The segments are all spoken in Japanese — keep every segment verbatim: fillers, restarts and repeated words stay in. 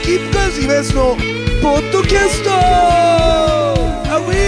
キープカーズイベントのポッドキャストアウィ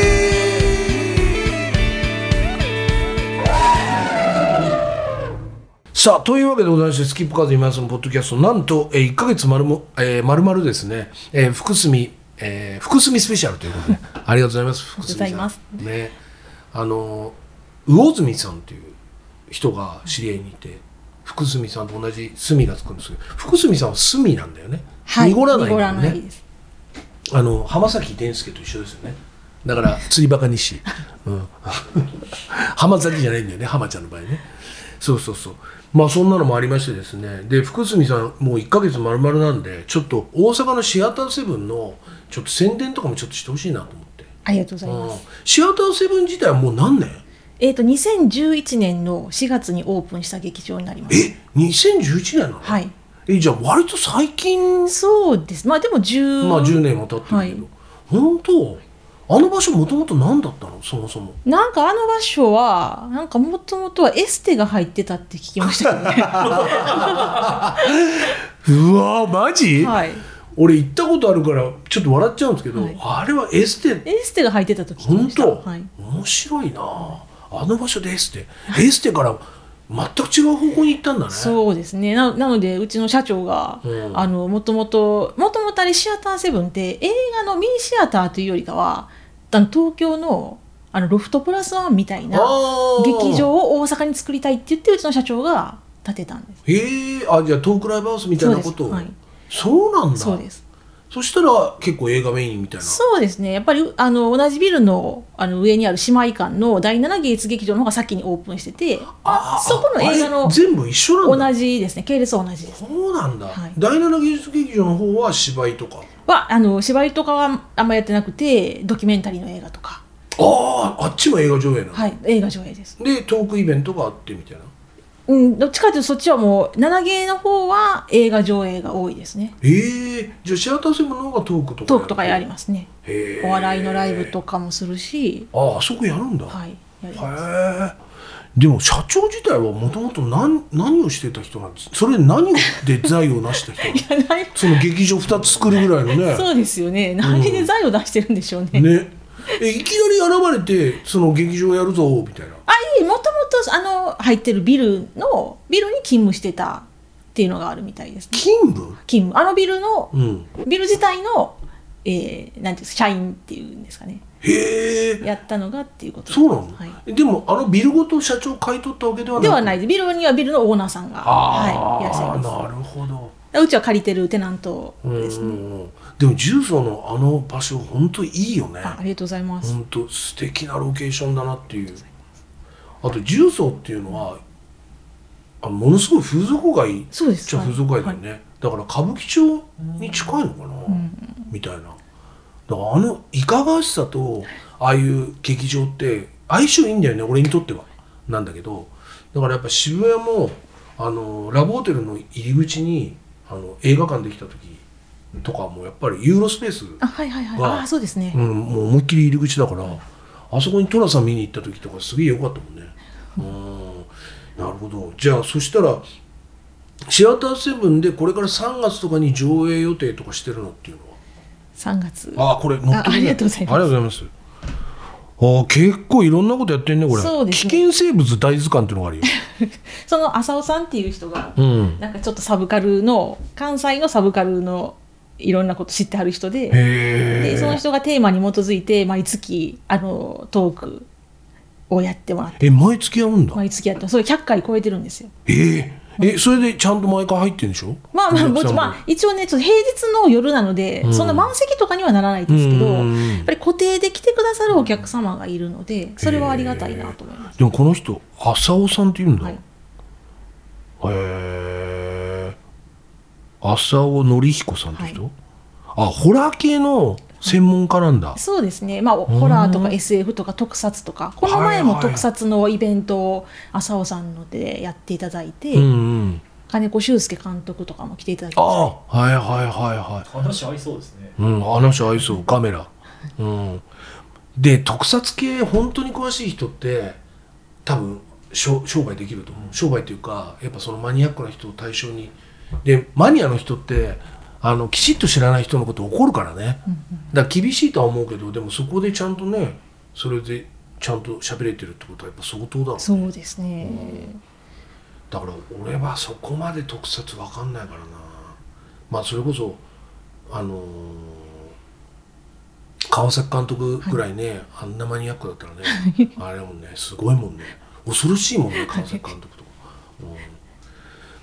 ー。さあというわけでございまして、スキップカーズイベントのポッドキャスト、なんと、えー、いっかげつ丸々、えー、丸々ですね、えー、福住、えー、福住スペシャルということでありがとうございます。福住さん、ありがとうございます、ね、あの魚住さんという人が知り合いにいて、福住さんと同じ住がつくんですけど、福住さんは住なんだよね、はい、濁らないんだよね。濁らないです。あの浜崎伝助と一緒ですよね。だから釣りバカ日誌、うん、浜崎じゃないんだよね、浜ちゃんの場合ね。そうそうそう、まあそんなのもありましてですね。で福住さんもういっかげつ丸々なんで、ちょっと大阪のシアターセブンのちょっと宣伝とかもちょっとしてほしいなと思って。 ありがとうございます、 うん、シアターセブン自体はもう何年？ えーとにせんじゅういちねんのしがつにオープンした劇場になります。 え、にせんじゅういちねんなの？ はい。 え、じゃあ割と最近。 そうです。まあでも10、 まあ、じゅうねんも経ってるけど、はい、本当あの場所もともと何だったの？そもそもなんかあの場所はなんかもともとはエステが入ってたって聞きましたけどねうわマジ？ はい。 俺行ったことあるからちょっと笑っちゃうんですけど、はい、あれはエステエステが入ってたと聞きました。 本当、 はい、 面白いなあの場所でエステエステから全く違う方向に行ったんだね。 そうですね。 な, なのでうちの社長が、うん、あのもともともともとあれシアターセブンって映画のミニシアターというよりかは東京 の, あのロフトプラスワンみたいな劇場を大阪に作りたいって言ってうちの社長が建てたんです。 へえ、あ、じゃあトークライブハウスみたいなことを。 そうです、はい、そうなんだ。 そうです。 そしたら結構映画メインみたいな。 そうですね。やっぱりあの同じビル の, あの上にある姉妹館のだいなな芸術劇場の方が先にオープンしてて、あそこの映画の全部一緒なんだ。 同じですね。系列は同じです。 そうなんだ、はい、だいなな芸術劇場の方は芝居とかはあの芝居とかはあんまやってなくて、ドキュメンタリーの映画とか。 ああ、あっちも映画上映なの？ はい、映画上映です。 でトークイベントがあってみたいな。 うん、どっちかというとそっちはもうなな芸の方は映画上映が多いですね。 えー、じゃあシアターセブンの方がトークとかトークとかやりますね。 へお笑いのライブとかもするし。 ああ、そこやるんだ。 はい、やります。 へえ。でも社長自体はもともと何何をしてた人なんですか？それ何で財を成した人いやないその劇場ふたつ作るぐらいのね。 そうですよね。何で財を出してるんでしょうね。 うん、ねえ、いきなり現れてその劇場やるぞみたいな。 あ、いい、もともとあの入ってるビルのビルに勤務してたっていうのがあるみたいです、ね、 勤務勤務あのビルの、 うん、 ビル自体の、えー、なんていうんですか、社員っていうんですかね。 へえ。 やったのがっていうことです。 そうなの、 はい、 でもあのビルごと社長買い取ったわけではない。 ではないです。ビルにはビルのオーナーさんが、はい、いらっしゃいます。 なるほど。 うちは借りてるテナントですね。うん、 でも重曹のあの場所本当いいよね。 あ, ありがとうございます。 本当素敵なロケーションだなっていう。あと重曹っていうのはあのものすごい風俗街。 そうです。 じゃあ風俗街だよね、はい、だから歌舞伎町に近いのかな、うん、みたいな。だからあのいかがわしさとああいう劇場って相性いいんだよね、俺にとっては。なんだけどだからやっぱ渋谷もあのラブホテルの入り口にあの映画館できた時とかもやっぱりユーロスペースが、 はいはいはい、あ、そうですね、 うん、もう思いっきり入り口だから、あそこに寅さん見に行った時とかすげえ良かったもんね。うん、なるほど。じゃあそしたらシアターセブンでこれからさんがつとかに上映予定とかしてるのっていうのは？ さんがつ。 あ、これ載ってるね。 あ、ありがとうございます。 ありがとうございます。あ、結構いろんなことやってんねこれ。 そうですね、 危険生物大図鑑っていうのがあるよその浅尾さんっていう人が、 うん、 なんかちょっとサブカルの関西のサブカルのいろんなこと知ってはる人 で, でその人がテーマに基づいて毎月あのトークをやってもらって。 え、毎月やるんだ。 毎月やってそれひゃっかい超えてるんですよ。 えーえ、それでちゃんと毎回入ってるんでしょ？ まあまあ、もちろん、まあ、一応ねちょっと平日の夜なので、うん、そんな満席とかにはならないですけど、やっぱり固定で来てくださるお客様がいるのでそれはありがたいなと思います。 でもこの人浅尾さんっていうんだ。はい、へえ。浅尾紀彦さんって人、はい、あ、ホラー系の専門家なんだ、はい、そうですね、まあ、ホラーとか エスエフ とか特撮とかこの前も特撮のイベントを浅尾さんのでやっていただいて、うんうん、金子修介監督とかも来ていただきました。 あ、はいはいはいはい。 話合いそうですね。 うん、話合いそう。カメラ、うん、で特撮系本当に詳しい人って多分商売できると思う。商売っていうかやっぱそのマニアックな人を対象にでマニアの人ってあのきちっと知らない人のこと怒るからね、うんうん、だから厳しいとは思うけど、でもそこでちゃんとねそれでちゃんと喋れてるってことはやっぱ相当だろうね。 そうですね、うん、 だから俺はそこまで特撮分かんないからな。まあそれこそあのー、川崎監督ぐらいね、はい、あんなマニアックだったらねあれもねすごいもんね、恐ろしいもんね川崎監督とか、うん、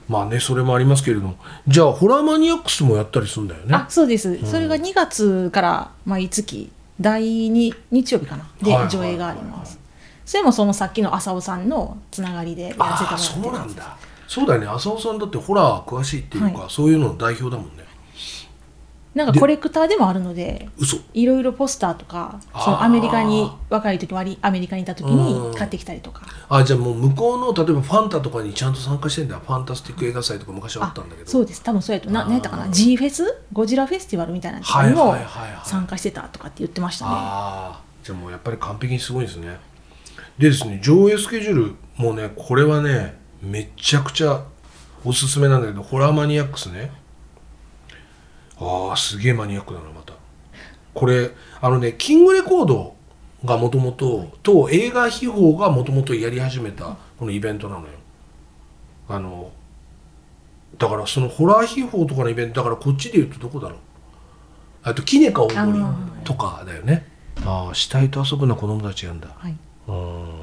まあねそれもありますけれども、じゃあホラーマニアックスもやったりするんだよね。 あ、そうです、うん、それがにがつから毎月だいに日曜日かなで上映があります。それもそのさっきの浅尾さんのつながりでやらせてもらってます。 あ、そうなんだ。そうだよね、浅尾さんだってホラー詳しいっていうか、はい、そういうのの代表だもんね。 なんかコレクターでもあるので、 嘘いろいろポスターとか、そのアメリカに若い時はアメリカにいた時に買ってきたりとか。 あ、じゃあもう向こうの例えばファンタとかにちゃんと参加してんだ。ファンタスティック映画祭とか昔あったんだけど。 そうです、多分そうやとな、何やったかな、 G フェスゴジラフェスティバルみたいなのにも参加してたとかって言ってましたね。 あ、じゃあもうやっぱり完璧にすごいですね。でですね、上映スケジュールもうね、これはねめちゃくちゃおすすめなんだけど、ホラーマニアックスね。ああ、すげえマニアックだな。またこれあのね、キングレコードがもともとと映画秘宝がもともとやり始めたこのイベントなのよ。あのだからそのホラー秘宝とかのイベントだから、こっちで言うとどこだろう、あとキネカ大森とかだよね。ああ、死体と遊ぶのは子供たちやんだ、はい、うん、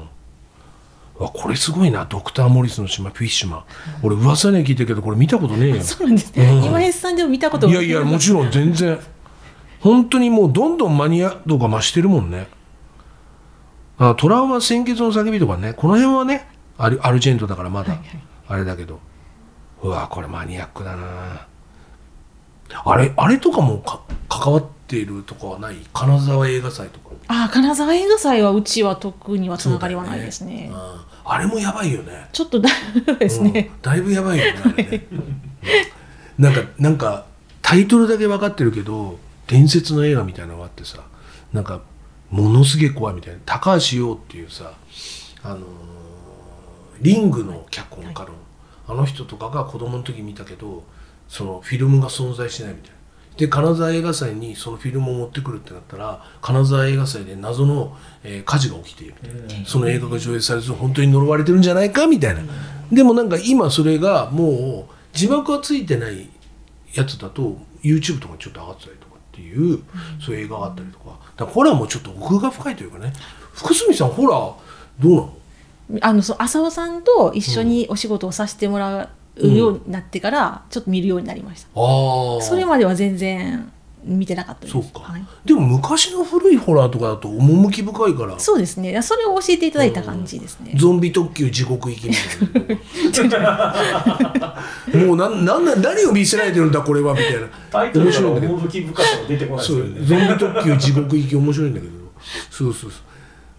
わ、これすごいな。ドクター・モリスの島、フィッシュマン、うん、俺噂には聞いてるけどこれ見たことねえよ。 そうなんですね、うん、今江さんでも見たことない。 いやいや、もちろん全然本当にもうどんどんマニア度が増してるもんね。あ、トラウマ鮮血の叫びとかね、この辺はねアル、アルジェントだからまだ、はいはい、あれだけど、うわ、これマニアックだな。あれあれとかもか関わっているとかはない？金沢映画祭とか。 あ、金沢映画祭はうちは特にはつながりはないですね。 うん、あれもやばいよね。 ちょっとだですね、 うん、だいぶやばいよね、あれねなんかなんかタイトルだけ分かってるけど伝説の映画みたいなのがあってさ、なんかものすげえ怖いみたいな。高橋洋っていうさ、あのー、リングの脚本家の、はい、あの人とかが子供の時見たけど、そのフィルムが存在しないみたいな。で金沢映画祭にそのフィルムを持ってくるってなったら、金沢映画祭で謎の、えー、火事が起きているみたいな、その映画が上映されて本当に呪われてるんじゃないかみたいな。でもなんか今それがもう字幕がついてないやつだと YouTube とかにちょっと上がってたりとかっていう、うん、そういう映画があったりとか、だからホラーもちょっと奥が深いというかね。福住さんホラーどうなの？ あのそう浅尾さんと一緒にお仕事をさせてもらうようになってからちょっと見るようになりました、うん、あ、それまでは全然見てなかったです。 そうか、 はい、 でも昔の古いホラーとかだと趣深いから。 そうですね、それを教えていただいた感じですね、 うん、ゾンビ特急地獄行きみたいなもうななな何を見せられてるんだこれはみたいな。 タイトルから趣深さが出てこないですよね。 ゾンビ特急地獄行き面白いんだけどそうそうそう。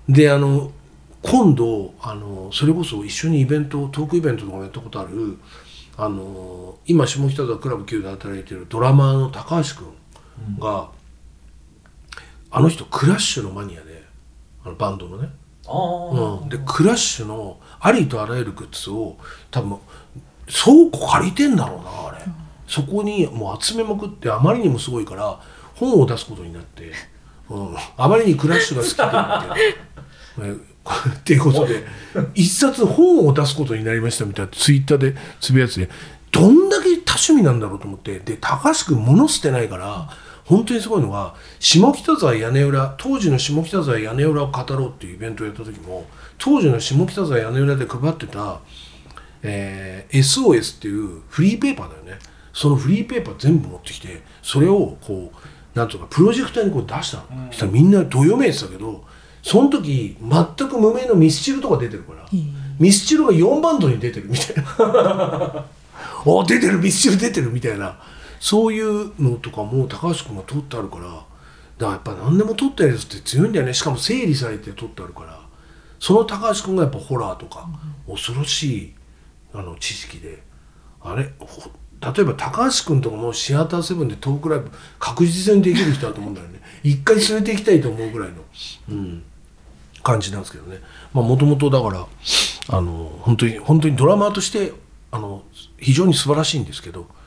であの今度あのそれこそ一緒にイベントトークイベントとかもやったことある、あの今下北沢クラブ Q で働いてるドラマーの高橋君が、うん、あの人クラッシュのマニアで、あのバンドのね、あ、うん、でクラッシュのありとあらゆるグッズを多分倉庫借りてんだろうなあれ、うん、そこにもう集めまくって、あまりにもすごいから本を出すことになって、うん、あまりにクラッシュが好きでみたいなっていうことで一冊本を出すことになりましたみたいなツイッターでつぶやいて、どんだけ多趣味なんだろうと思って。で高橋君物捨てないから本当にすごいのが、下北沢屋根裏、当時の下北沢屋根裏を語ろうっていうイベントをやった時も、当時の下北沢屋根裏で配ってた、えー、エスオーエス っていうフリーペーパーだよね。そのフリーペーパー全部持ってきて、それをこうなんとかプロジェクターにこう出したの、うん、そしたらみんなどよめいてたけど、その時全く無名のミスチルとか出てるから、うん、ミスチルがよんバンドに出てるみたいなお出てる、ミスチル出てるみたいな、そういうのとかも高橋君が撮ってあるから、だからやっぱ何でも撮ってるやつって強いんだよね。しかも整理されて撮ってあるから、その高橋君がやっぱホラーとか、うん、恐ろしいあの知識で、あれ例えば高橋君とかもシアターセブンでトークライブ確実にできる人だと思うんだよね。一回連れて行きたいと思うぐらいの、うん、感じなんですけどね。まあもともとだからあの本当に本当にドラマーとしてあの非常に素晴らしいんですけど、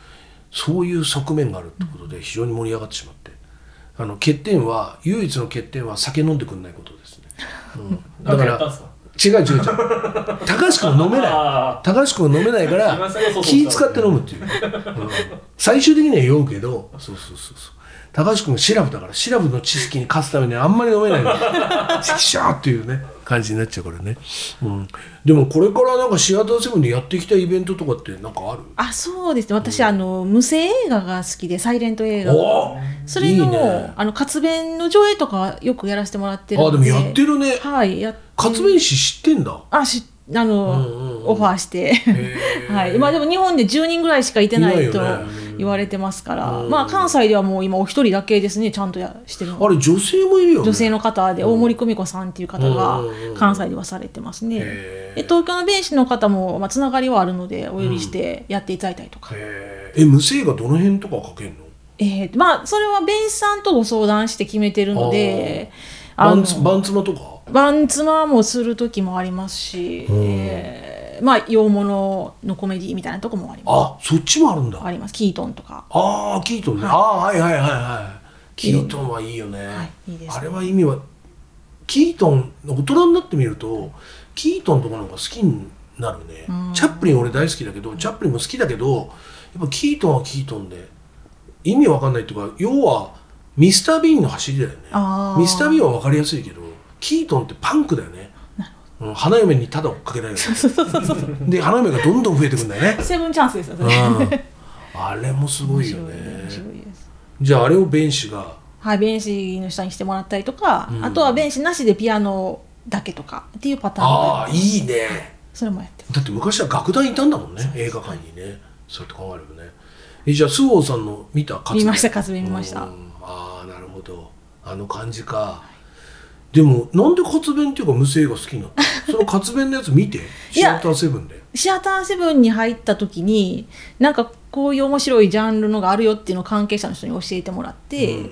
そういう側面があるってことで非常に盛り上がってしまって、あの欠点は唯一の欠点は酒飲んでくんないことですね、うん、だから違う違う違う高橋君は飲めない高橋君は飲めないから気使って飲むっていう、うん、最終的には酔うけど、そうそうそうそう、高橋君がシラフだからシラフの知識に勝つためにあんまり飲めないのシキシャーっていうね感じになっちゃうからね、うん、でもこれからなんかシアターセブンでやっていきたいイベントとかってなんかある？ あ、そうですね、私、うん、あの無声映画が好きで、サイレント映画がそれの、いいね、あの活弁の上映とかよくやらせてもらってるので。 あ、でもやってるね。 はい、やって活弁師知ってんだ。 あ、しあの、うんうんうん、オファーしてはい、今でも日本でじゅうにんぐらいしかいてないと言われてますから、まあ、関西ではもう今お一人だけですね、ちゃんとやしてるの。 あれ女性もいるよね。 女性の方で大森久美子さんっていう方が関西ではされてますね。で東京の弁士の方も、まあ、つながりはあるのでお呼びしてやっていただいたりとか、うん、 へえ、無声がどの辺とか書けるの？ えーまあ、それは弁士さんとご相談して決めてるので、 バンツ、バンツマとかバンツマもする時もありますし、うん、えー、まあ洋物のコメディみたいなとこもあります。 あ、そっちもあるんだ。 あります。キートンとか。 ああ、キートンね、はい、ああ、はいはいはいはい。キートンはいいよね、 はい、いいですね。 あれは意味はキートン、大人になってみるとキートンとかの方が好きになるね、うん、チャップリン俺大好きだけど、チャップリンも好きだけど、やっぱキートンはキートンで意味わかんないっていうか、要はミスター・ビーンの走りだよね。ミスター・ビーンはわかりやすいけど、キートンってパンクだよね。うん、花嫁にただ追っかけられるで、花嫁がどんどん増えてくんだよね。 セブンチャンスですよね、 うん、あれもすごいよね。面白いです。じゃああれを弁士が、 はい、弁士の下にしてもらったりとか、うん、あとは弁士なしでピアノだけとかっていうパターン。 ああ、いいね。 それもやってます。 だって昔は楽団いたんだもんね、映画館にね。そうやって考えるとね。え、じゃあ周防さんの見た活弁？ 見ました、活弁見ました。 うん、ああ、なるほど、あの感じか。でもなんで活弁っていうか無声が好きになったその活弁のやつ見てシアターセブンでシアターセブンに入った時に、なんかこういう面白いジャンルのがあるよっていうのを関係者の人に教えてもらって、うんうんうん、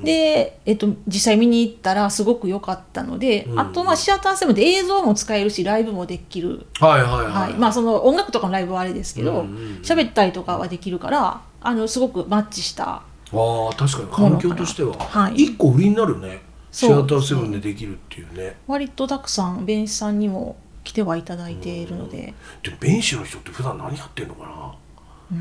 で、えっと、実際見に行ったらすごく良かったので、うんうん、あとまあシアターセブンで映像も使えるしライブもできる、 はいはいはいはい、 まあその音楽とかのライブはあれですけど、喋、うんうん、ったりとかはできるから、あのすごくマッチした。 ああ、確かに環境としては、はい、一個売りになるね。シアターセブンでできるっていうね。 割とたくさん弁士さんにも来てはいただいているので。 でも弁士の人って普段何やってんのかな、うん、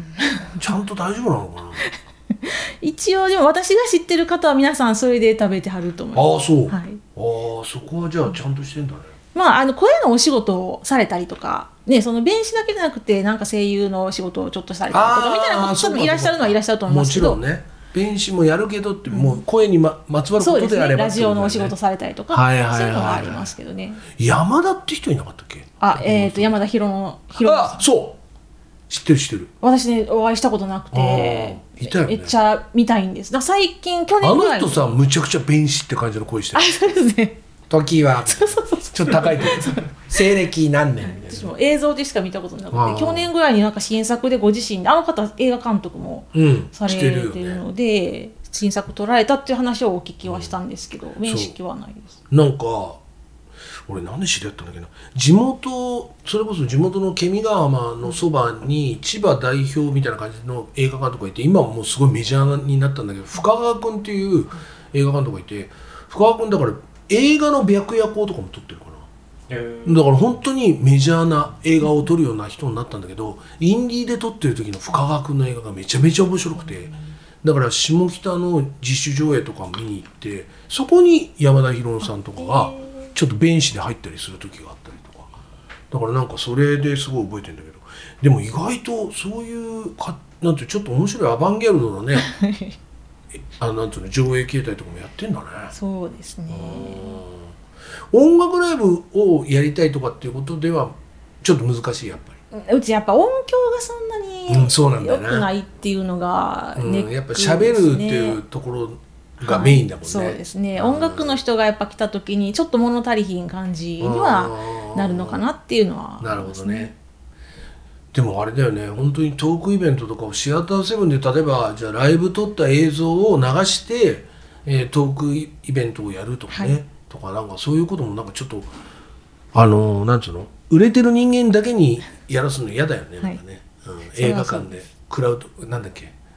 ちゃんと大丈夫なのかな一応でも私が知ってる方は皆さんそれで食べてはると思います。 ああ、そう、 はい、 ああ、そこはじゃあちゃんとしてんだね。 まあ、あの声のお仕事をされたりとか、ね、その弁士だけじゃなくてなんか声優の仕事をちょっとされたりとかみたいな方もいらっしゃるのはいらっしゃると思いますけど、 もちろんね、弁士もやるけどって、うん、もう声に、ま、まつわることであれば、 ね、ラジオのお仕事されたりとか、はいはいはいはい、そういうのはありますけどね。 山田って人いなかったっけ？ あ、えーと山田博のあ、そう知ってる知ってる。 私ね、お会いしたことなくて、 いたよね、 めっちゃ見たいんです。だ最近去年ぐらいあの人さ、むちゃくちゃ弁士って感じの声してる。 あ、そうですね。 時はちょっと高いと西暦何年みたいな。 私も映像でしか見たことなくて、去年ぐらいになんか新作でご自身で、あの方映画監督もされてるので、うんね、新作撮られたっていう話をお聞きはしたんですけど、うん、面識はないです。 なんか俺なんで知り合ったんだっけな、地元、それこそ地元のケミ川浜のそばに千葉代表みたいな感じの映画監督がいて、今はもうすごいメジャーになったんだけど、深川君っていう映画監督がいて、深川君だから映画の白夜行とかも撮ってるかな、えー、だから本当にメジャーな映画を撮るような人になったんだけど、インディーで撮ってる時の深川君の映画がめちゃめちゃ面白くて、だから下北の自主上映とか見に行って、そこに山田博さんとかがちょっと弁士で入ったりする時があったりとか、だからなんかそれですごい覚えてるんだけど、でも意外とそういうか、なんてちょっと面白いアバンギャルドなねあ、なんていうの、上映形態とかもやってんだね。 そうですね。 音楽ライブをやりたいとかっていうことではちょっと難しい、やっぱり。うちやっぱ音響がそんなに良くないっていうのがネックですね。 うん、やっぱ喋るっていうところがメインだもんね。 はい、そうですね。音楽の人がやっぱ来た時にちょっと物足りひん感じにはなるのかなっていうのは、 ね。なるほどね。でもあれだよね、本当にトークイベントとかをシアターセブンで例えばじゃあライブ撮った映像を流して、えー、トークイベントをやるとかね、はい、とかなんかそういうこともなんかちょっとあのー、なんつうの、売れてる人間だけにやらすの嫌だよね、はい、なんかね、うん、映画館でクラウドなんだっけ、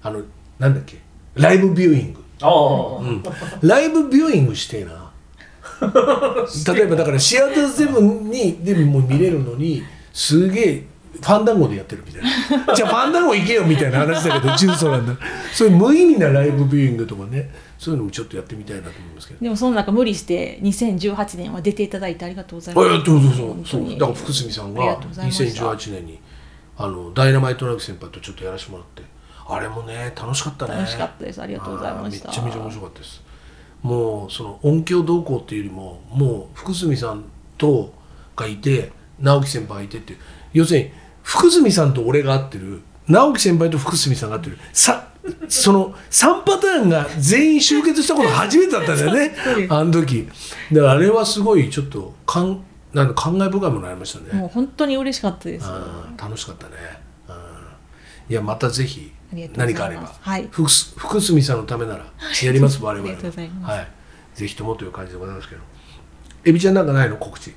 あのなんだっけライブビューイング、 ああ、 うん、ライブビューイングしてえな例えばだからシアターセブンにでも見れるのにすげえファンダンゴでやってるみたいなじゃあファンダンゴ行けよみたいな話だけど重曹なんだそういう無意味なライブビューイングとかねそういうのもちょっとやってみたいなと思いますけど。 でもその中無理してにせんじゅうはちねんは出ていただいてありがとうございます。 あいやそうそうそうそうだから福住さんがにせんじゅうはちねんにあのダイナマイトラグ先輩とちょっとやらせてもらってあれもね楽しかったね。 楽しかったです。ありがとうございました。 めちゃめちゃ面白かったです。もうその音響動向っていうよりももう福住さんとがいて直樹先輩がいてっていう要するに福住さんと俺が合ってる直樹先輩と福住さんが合ってるさそのさんパターンが全員集結したこと初めてだったんだよねあの時だからあれはすごいちょっとかんなんか感慨深いものありましたね。 もう本当に嬉しかったです。 楽しかったね。いやまたぜひ何かあれば、 はい、 福, 福住さんのためならやります我々 ありがとうございます、 はい、ぜひともという感じでございますけどエビちゃんなんかないの告知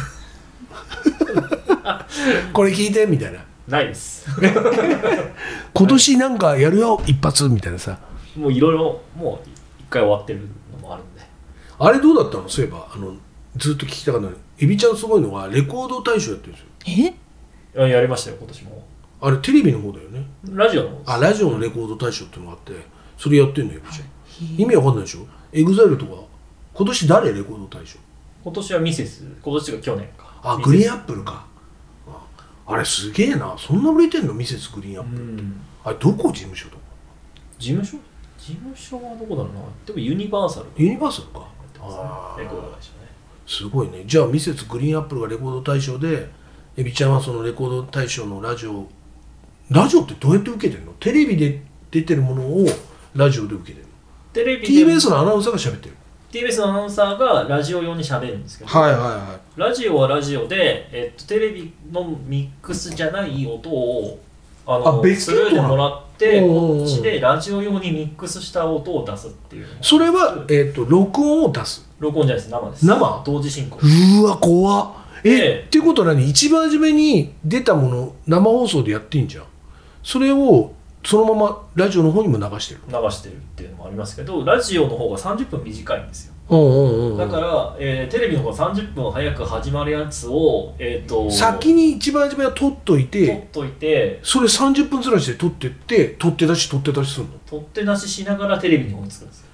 これ聞いてみたいなないです今年なんかやるよ一発みたいなさもういろいろもう一回終わってるのもあるんであれどうだったのそういえばあのずっと聞きたかったのにエビちゃんすごいのはレコード大賞やってるんですよ。 えやりましたよ今年も。 あれテレビの方だよね。 ラジオの方です。 あラジオのレコード大賞っていうのがあってそれやってんのよエビちゃん。意味わかんないでしょ。エグザイルとか今年誰レコード大賞。 今年はミセス今年が去年か。 あグリーンアップルか。あれすげえなそんな売れてんのミセスグリーンアップルって。あれどこ事務所とか。 事務所事務所はどこだろうな。でもユニバーサル。 ユニバーサルか。 あレコード会社ね。 すごいね。じゃあミセスグリーンアップルがレコード大賞でエビちゃんはそのレコード大賞のラジオラジオってどうやって受けてるの？テレビで出てるものをラジオで受けてるの？ テレビでティービーエス のアナウンサーが喋ってる。 ティービーエス のアナウンサーがラジオ用に喋るんですけど、 はいはいはい、 ラジオはラジオで、えっと、テレビのミックスじゃない音をあのあ別スルーでもらっておうおうおうこっちでラジオ用にミックスした音を出すっていうのそれは、えー、と録音を出す。 録音じゃないです生です。 生同時進行。 うわ怖っ。えっていうことは何一番初めに出たもの生放送でやってんじゃん。それをそのままラジオの方にも流してる流してるっていうのもありますけどラジオの方がさんじゅっぷん短いんですよ。 うんうんうん、 だから、えー、テレビの方がさんじゅっぷん早く始まるやつを、えー、と先に一番初めは撮っといて撮っといてそれさんじゅっぷんずらしで撮ってって取って出し取って出しするの。 取って出ししながらテレビに追いつくんですよ。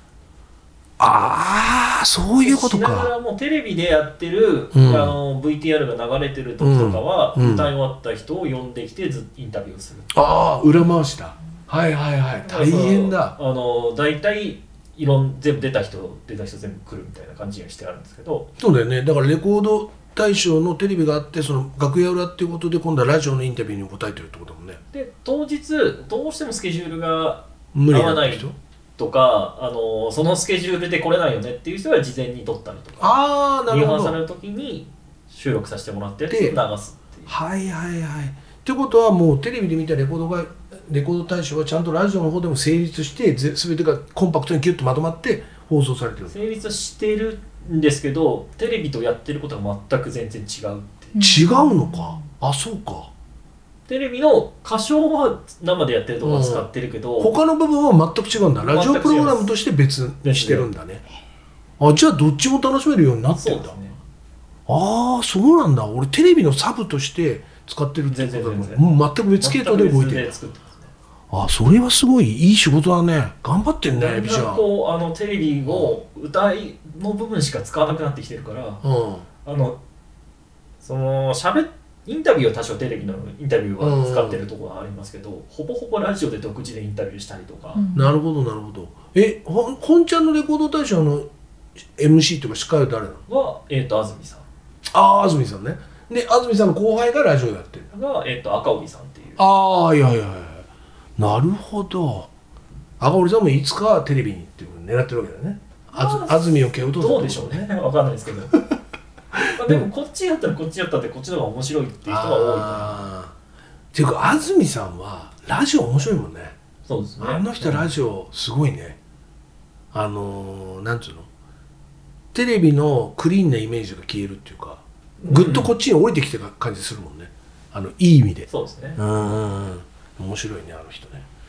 ああそういうことか。 しながらもうテレビでやってる、 うん、 あの ブイティーアール が流れてる時とかは、 うんうん、 歌い終わった人を呼んできてずインタビューをする。 ああ裏回しだ。はいはいはい大変だ。 あの大体いろん全部出た人出た人全部来るみたいな感じにしてあるんですけど。 そうだよね。だからレコード大賞のテレビがあってその楽屋裏っていうことで今度はラジオのインタビューに答えてるってことだもんね。 で当日どうしてもスケジュールが合わない人とかあのそのスケジュールで来れないよねっていう人は事前に撮ったりとかあなるほどリハーサルの時に収録させてもらってやつを流すっていう。 はいはいはい。ってことはもうテレビで見たレコードがレコード大賞はちゃんとラジオの方でも成立して全てがコンパクトにギュッとまとまって放送されてる。 成立してるんですけどテレビとやってることが全く全然違うっていう。 違うのか。あそうか。 テレビの歌唱は生でやってるところ使ってるけど、 うん、他の部分は全く違うんだ。ラジオプログラムとして別にしてるんだね。あじゃあどっちも楽しめるようになってるんだ。そうですね。ああそうなんだ。俺テレビのサブとして使ってるってことだもんね。もう全く別系統で動いてる。あそれはすごいいい仕事だね。頑張ってんねエビちゃん。 こうあのテレビを歌いの部分しか使わなくなってきてるから、うん、あのそのしゃべインタビューは多少テレビのインタビューは使ってるところはありますけど、うん、ほぼほぼラジオで独自でインタビューしたりとか、うん、 なるほどなるほど。えほ本ちゃんのレコード大賞の エムシー とか司会は誰なの？ は、えー、と安住さん。 ああ安住さんね。で安住さんの後輩がラジオやってるが、えー、と赤帯さんっていう。 ああいやいやいやなるほど。赤帯さんもいつかテレビにっていうのを狙ってるわけだよね。あず安住を蹴落とすどうでしょうね分かんないですけどまあでもこっちやったらこっちやったってこっちの方が面白いっていう人が多いからっていうか安住さんはラジオ面白いもんね。 そうですね。 あの人ラジオすごいね。あのー、なんつうのテレビのクリーンなイメージが消えるっていうかぐっとこっちに降りてきてる感じするもんね。あのいい意味で。 そうですね。 うん面白いねあの人ね。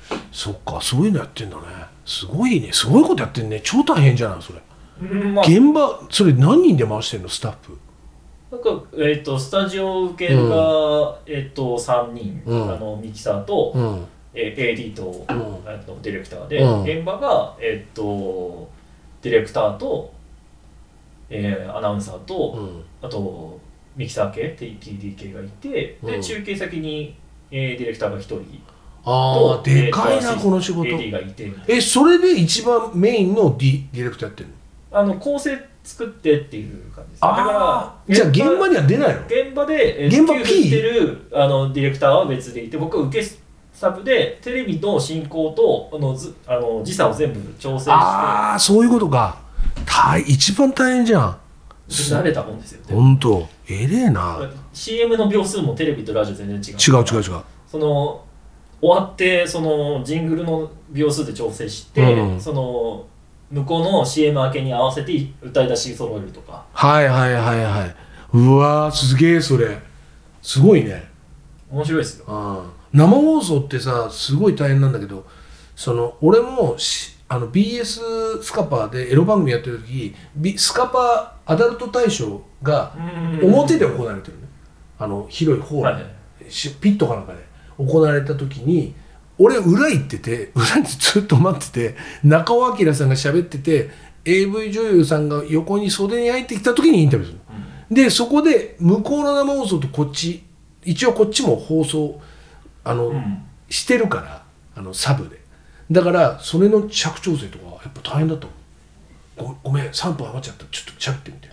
そっか、そういうのやってんだね。すごいね、すごいことやってんね。超大変じゃないそれ、 うんまあ、 現場それ何人で回してんのスタッフ？ なんか、えー、とスタジオ受けが、うんえー、とさんにん、 うん、 あのミキサーと、うんえー、エーディー と、うん、あのディレクターで、うん、現場が、えー、とディレクターと、えー、アナウンサーと、うん、あとミキサー系 ティーディー 系がいて、うん、で中継先に、えー、ディレクターがひとりああでかいなこの仕事。 エーディー がいてえそれで一番メインのディ、ディレクターやってるの？ あの構成作ってっていう感じです。だからじゃあ現場には出ないの？ 現場で現場 P 振ってるあのディレクターは別でいて、僕は受けサブでテレビの進行とあのずあの時差を全部調整して。 ああそういうことか。大一番大変じゃん。 慣れたもんですよね。 本当えれえな。 シーエム の秒数もテレビとラジオ全然違う。 違う違う違う。 その終わってそのジングルの秒数で調整して、うん、その向こうの シーエム 明けに合わせて歌い出し揃えるとか。 はいはいはいはい。うわーすげえそれすごいね。 面白いですよ。 あ生放送ってさすごい大変なんだけど、その俺もあの ビーエス スカパーでエロ番組やってる時、スカパーアダルト大賞が表で行われてるね。あの広いホール、はい、ピットかなんかで行われた時に俺裏行ってて、裏にずっと待ってて、中尾明さんが喋ってて エーブイ 女優さんが横に袖に入ってきた時にインタビューするの、うん、でそこで向こうの生放送とこっち一応こっちも放送あの、うん、してるからあのサブでだからそれの尺調整とかやっぱ大変だと思う。 ご, ごめんさんぷん余っちゃったちょっと喋ってみて、うん、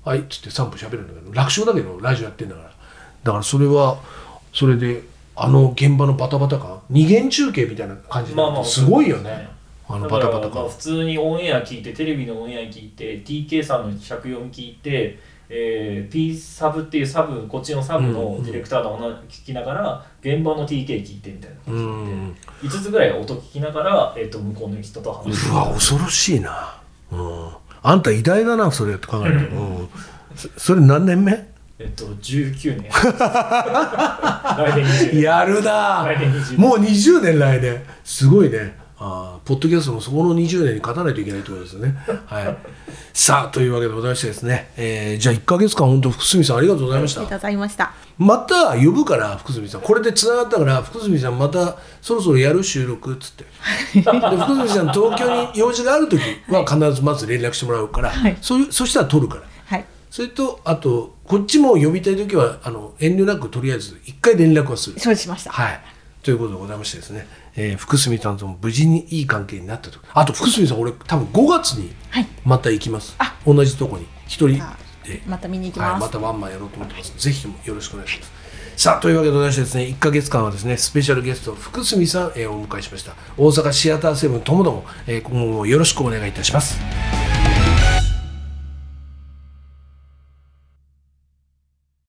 はいっつってさんぷん喋るんだけど楽勝だけどラジオやってんだから。だからそれはそれであの現場のバタバタ感二元中継みたいな感じで、まあまあ、すごいよね。あのバタバタ感。 まあ、普通にオンエア聞いてテレビのオンエア聞いて ティーケー さんの尺読み聞いて、えー、P サブっていうサブこっちのサブのディレクターの音聞きながら、うんうん、現場の ティーケー 聞いてみたいな感じで、うん、いつつぐらい音聞きながら、えー、と向こうの人と話して。 うわ恐ろしいな、うん、あんた偉大だなそれって考えると、うん、そ, それ何年目？ えっと、じゅうきゅうねん来年にじゅうねんやるな来年にじゅうねんもうにじゅうねん来年すごいね。あポッドキャストもそこのにじゅうねんに勝たないといけないってことですよね、はい、さあというわけでございましてですね、えー、じゃあいっかげつかん本当福住さんありがとうございました。 ありがとうございました。また呼ぶから福住さんこれでつながったから福住さんまたそろそろやる収録っつってで福住さん東京に用事がある時は必ずまず連絡してもらうから、はい、そ, そしたら取るから、はい、それとあとこっちも呼びたい時はあの遠慮なくとりあえずいっかい連絡はする。 承知しました。 はいということでございましてですね、えー、福住さんとも無事にいい関係になったと。あと福住さん俺多分ごがつにまた行きます、はい、同じとこに一人でまた見に行きます、 はい、またワンマンやろうと思ってます。ぜひともよろしくお願いします。さあというわけでございましてですね、いっかげつかんはですねスペシャルゲスト福住さん、えー、をお迎えしました。大阪シアターセブンともども、えー、今後もよろしくお願いいたします。